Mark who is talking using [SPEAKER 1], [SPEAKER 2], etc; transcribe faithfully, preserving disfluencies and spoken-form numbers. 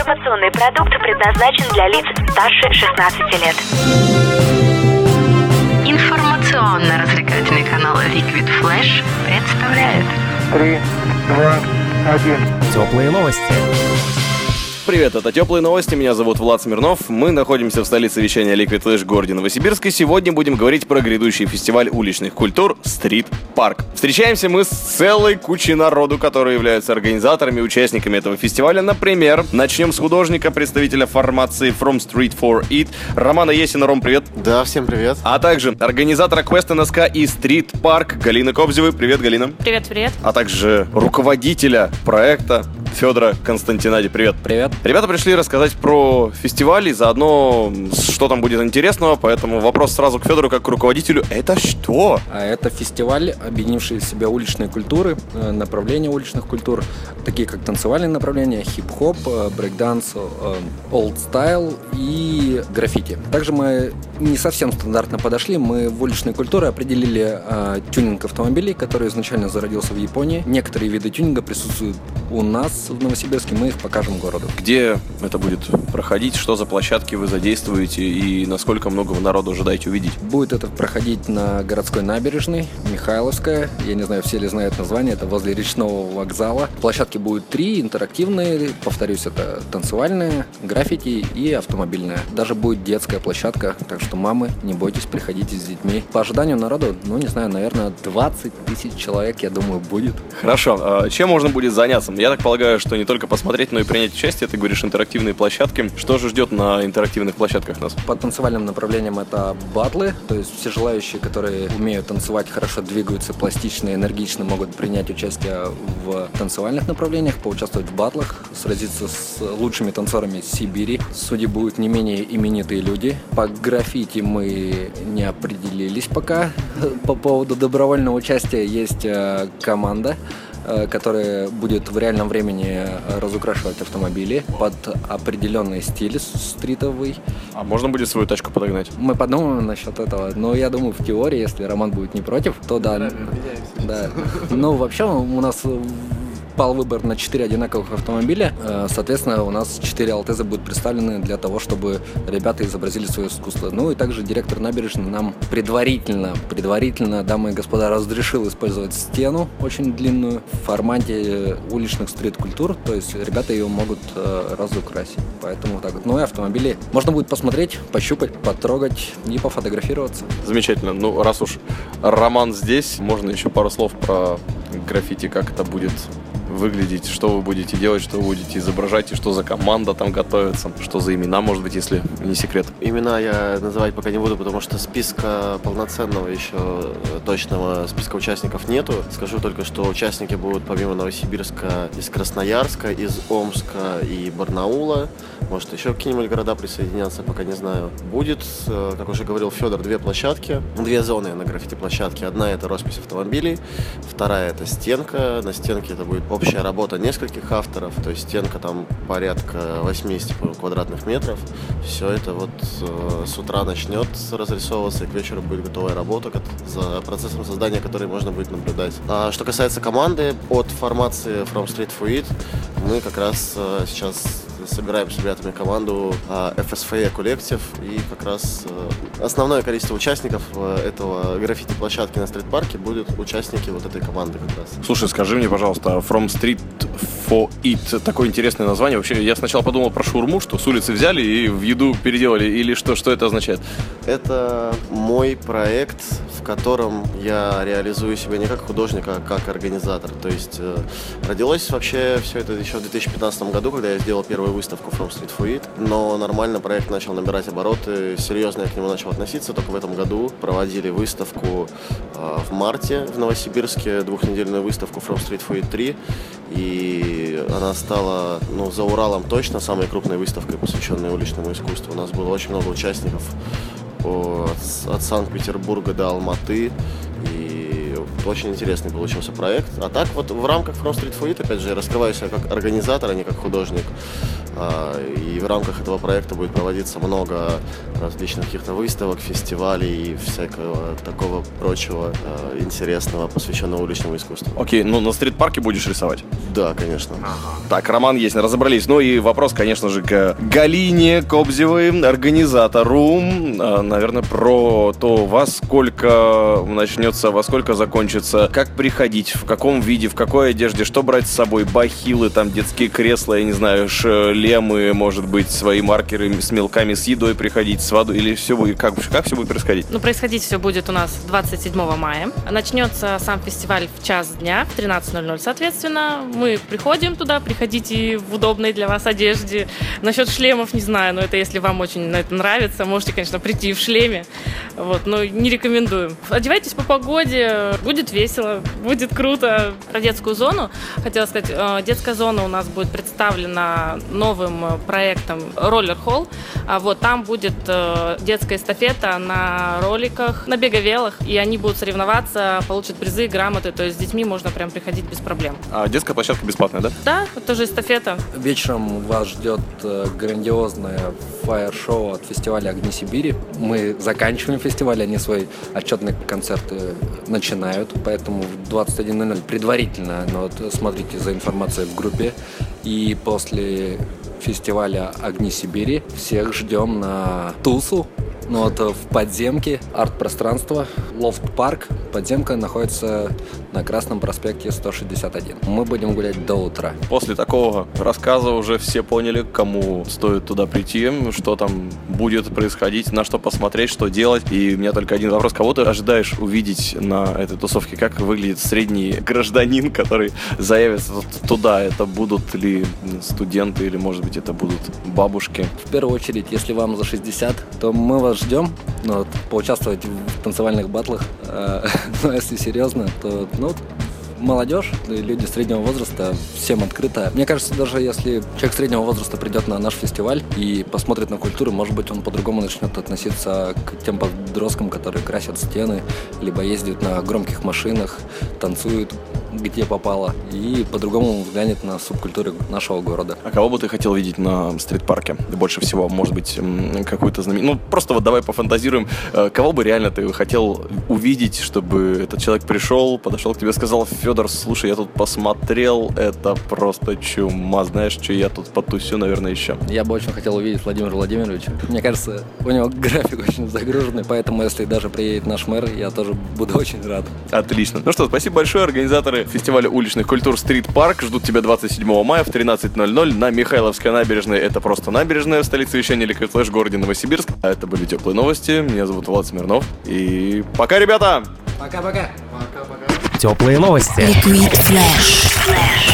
[SPEAKER 1] Информационный продукт предназначен для лиц старше шестнадцати лет. Информационно-развлекательный канал Liquid Flash представляет
[SPEAKER 2] три, два, один.
[SPEAKER 3] Теплые новости.
[SPEAKER 4] Привет, это Теплые новости, меня зовут Влад Смирнов. Мы находимся в столице вещания Liquid Flash в городе Новосибирск, и сегодня будем говорить про грядущий фестиваль уличных культур Street Park. Встречаемся мы с целой кучей народу, которые являются организаторами и участниками этого фестиваля. Например, начнем с художника, представителя формации From Street for It, Романа Есина. Ром, привет.
[SPEAKER 5] Да, всем привет.
[SPEAKER 4] А также организатора Quest эн эс ка и Street Park Галины Кобзевой. Привет, Галина.
[SPEAKER 6] Привет, привет.
[SPEAKER 4] А также руководителя проекта Федора Константинади. Привет.
[SPEAKER 3] Привет.
[SPEAKER 4] Ребята пришли рассказать про фестиваль и заодно, что там будет интересного, поэтому вопрос сразу к Федору как к руководителю. Это что?
[SPEAKER 3] А это фестиваль, объединивший в себя уличные культуры, направления уличных культур, такие как танцевальные направления, хип-хоп, брейк-данс, олд-стайл и граффити. Также мы не совсем стандартно подошли, мы в уличные культуры определили э, тюнинг автомобилей, который изначально зародился в Японии. Некоторые виды тюнинга присутствуют у нас в Новосибирске, мы их покажем городу.
[SPEAKER 4] Где это будет проходить, что за площадки вы задействуете и насколько много вы народу ожидаете увидеть?
[SPEAKER 3] Будет это проходить на городской набережной, Михайловская. Я не знаю, все ли знают название, это возле речного вокзала. Площадки будут три, интерактивные, повторюсь, это танцевальная, граффити и автомобильная. Даже будет детская площадка, так что мамы, не бойтесь, приходите с детьми. По ожиданию народу, ну не знаю, наверное, двадцать тысяч человек, я думаю, будет.
[SPEAKER 4] Хорошо, а чем можно будет заняться? Я так полагаю, что не только посмотреть, но и принять участие. Ты говоришь, интерактивные площадки. Что же ждет на интерактивных площадках нас?
[SPEAKER 3] По танцевальным направлениям это батлы, то есть все желающие, которые умеют танцевать, хорошо двигаются, пластично, энергично, могут принять участие в танцевальных направлениях, поучаствовать в батлах, сразиться с лучшими танцорами Сибири. Судьи будут не менее именитые люди. По граффити мы не определились пока. По поводу добровольного участия есть команда, которая будет в реальном времени разукрашивать автомобили под определенный стиль стритовый.
[SPEAKER 4] А можно будет свою тачку подогнать?
[SPEAKER 3] Мы подумаем насчет этого, но я думаю, в теории, если Роман будет не против, то да. Да. Ну, вообще у нас пал выбор на четыре одинаковых автомобиля. Соответственно, у нас четыре алтеза будут представлены для того, чтобы ребята изобразили свое искусство. Ну и также директор набережной нам предварительно, предварительно, дамы и господа, разрешил использовать стену очень длинную в формате уличных стрит-культур. То есть ребята ее могут э, разукрасить. Поэтому так вот. Ну и автомобили можно будет посмотреть, пощупать, потрогать и пофотографироваться.
[SPEAKER 4] Замечательно. Ну, раз уж Роман здесь, можно еще пару слов про граффити, как это будет выглядеть, что вы будете делать, что вы будете изображать, и что за команда там готовится, что за имена, может быть, если не секрет.
[SPEAKER 5] Имена я называть пока не буду, потому что списка полноценного еще точного списка участников нету. Скажу только, что участники будут помимо Новосибирска из Красноярска, из Омска и Барнаула. Может, еще какие-нибудь города присоединятся, пока не знаю. Будет, как уже говорил Федор, две площадки, две зоны на граффити-площадке. Одна — это роспись автомобилей, вторая — это стенка. На стенке это будет общая работа нескольких авторов, то есть стенка там порядка восемьдесят квадратных метров. Все это вот э, с утра начнет разрисовываться, и к вечеру будет готовая работа, за процессом создания которой можно будет наблюдать. А что касается команды, от формации From Street for It мы как раз э, сейчас собираем с ребятами команду э, эф эс эф эй коллектив, и как раз э, основное количество участников э, этого граффити-площадки на стрит-парке будут участники вот этой команды как раз.
[SPEAKER 4] Слушай, скажи мне, пожалуйста, From Street for It, такое интересное название. Вообще, я сначала подумал про шаурму, что с улицы взяли и в еду переделали, или что, что это означает?
[SPEAKER 5] Это мой проект, в котором я реализую себя не как художник, а как организатор. То есть э, родилось вообще все это еще в две тысячи пятнадцатом году, когда я сделал первую выставку From Street for It, но нормально проект начал набирать обороты, серьезно я к нему начал относиться только в этом году. Проводили выставку э, в марте в Новосибирске, двухнедельную выставку From Street for It три, и она стала, ну, за Уралом точно самой крупной выставкой, посвященной уличному искусству. У нас было очень много участников от, от Санкт-Петербурга до Алматы, и очень интересный получился проект. А так вот в рамках From Street for It, опять же, я раскрываю себя как организатор, а не как художник. И в рамках этого проекта будет проводиться много различных каких-то выставок, фестивалей и всякого такого прочего интересного, посвященного уличному искусству.
[SPEAKER 4] Окей, ну на стрит-парке будешь рисовать?
[SPEAKER 5] Да, конечно.
[SPEAKER 4] Так, Роман есть, разобрались. Ну и вопрос, конечно же, к Галине Кобзевой, организатору. Наверное, про то, во сколько начнется, во сколько закончится, как приходить, в каком виде, в какой одежде, что брать с собой, бахилы, там детские кресла, я не знаю, шлемы, может быть, свои маркеры с мелками, с едой приходить, с водой, или все будет, как, как все будет происходить?
[SPEAKER 6] Ну, происходить все будет у нас двадцать седьмого мая. Начнется сам фестиваль в час дня, в тринадцать ноль ноль, соответственно. Мы приходим туда, приходите в удобной для вас одежде. Насчет шлемов не знаю, но это если вам очень это нравится, можете, конечно, прийти в шлеме. Вот, но не рекомендуем. Одевайтесь по погоде, будет весело, будет круто. Про детскую зону хотела сказать, детская зона у нас будет представлена новым проектом Roller Hall. Вот, там будет детская эстафета на роликах, на беговелах, и они будут соревноваться, получат призы, грамоты, то есть с детьми можно прям приходить без проблем.
[SPEAKER 4] А детская площадка бесплатная, да?
[SPEAKER 6] Да, это тоже эстафета.
[SPEAKER 3] Вечером вас ждет грандиозное фаер-шоу от фестиваля «Огни Сибири». Мы заканчиваем фестиваль, они свои отчетные концерты начинают, поэтому в двадцать один ноль ноль предварительно, но вот смотрите за информацией в группе. И после фестиваля «Огни Сибири» всех ждем на тусу. Ну вот в подземке, арт-пространство, лофт-парк. Подземка находится на Красном проспекте сто шестьдесят один. Мы будем гулять до утра.
[SPEAKER 4] После такого рассказа уже все поняли, кому стоит туда прийти, что там будет происходить, на что посмотреть, что делать. И у меня только один вопрос. Кого ты ожидаешь увидеть на этой тусовке? Как выглядит средний гражданин, который заявится туда? Это будут ли студенты или, может быть, это будут бабушки?
[SPEAKER 3] В первую очередь, если вам за шестьдесят, то мы вас ждем, ну, вот, поучаствовать в танцевальных батлах. Но если серьезно, то ну, молодежь, люди среднего возраста, всем открыто. Мне кажется, даже если человек среднего возраста придет на наш фестиваль и посмотрит на культуру, может быть, он по-другому начнет относиться к тем подросткам, которые красят стены, либо ездят на громких машинах, танцуют где попало, и по-другому взглянет на субкультуру нашего города.
[SPEAKER 4] А кого бы ты хотел видеть на стрит-парке? Больше всего, может быть, какую-то знаменитую... Ну, просто вот давай пофантазируем. Кого бы реально ты хотел увидеть, чтобы этот человек пришел, подошел к тебе и сказал: Федор, слушай, я тут посмотрел, это просто чума, знаешь, что я тут потусю, наверное, еще.
[SPEAKER 3] Я бы очень хотел увидеть Владимира Владимировича. Мне кажется, у него график очень загруженный, поэтому если даже приедет наш мэр, я тоже буду очень рад.
[SPEAKER 4] Отлично. Ну что, спасибо большое. Организаторы фестиваля уличных культур Стрит Парк ждут тебя двадцать седьмого мая в тринадцать ноль ноль на Михайловской набережной. Это просто набережная в столице вещания Liquid Flash в городе Новосибирск. А это были теплые новости. Меня зовут Влад Смирнов. И пока, ребята!
[SPEAKER 3] Пока-пока!
[SPEAKER 7] Теплые новости.
[SPEAKER 1] Liquid Flash.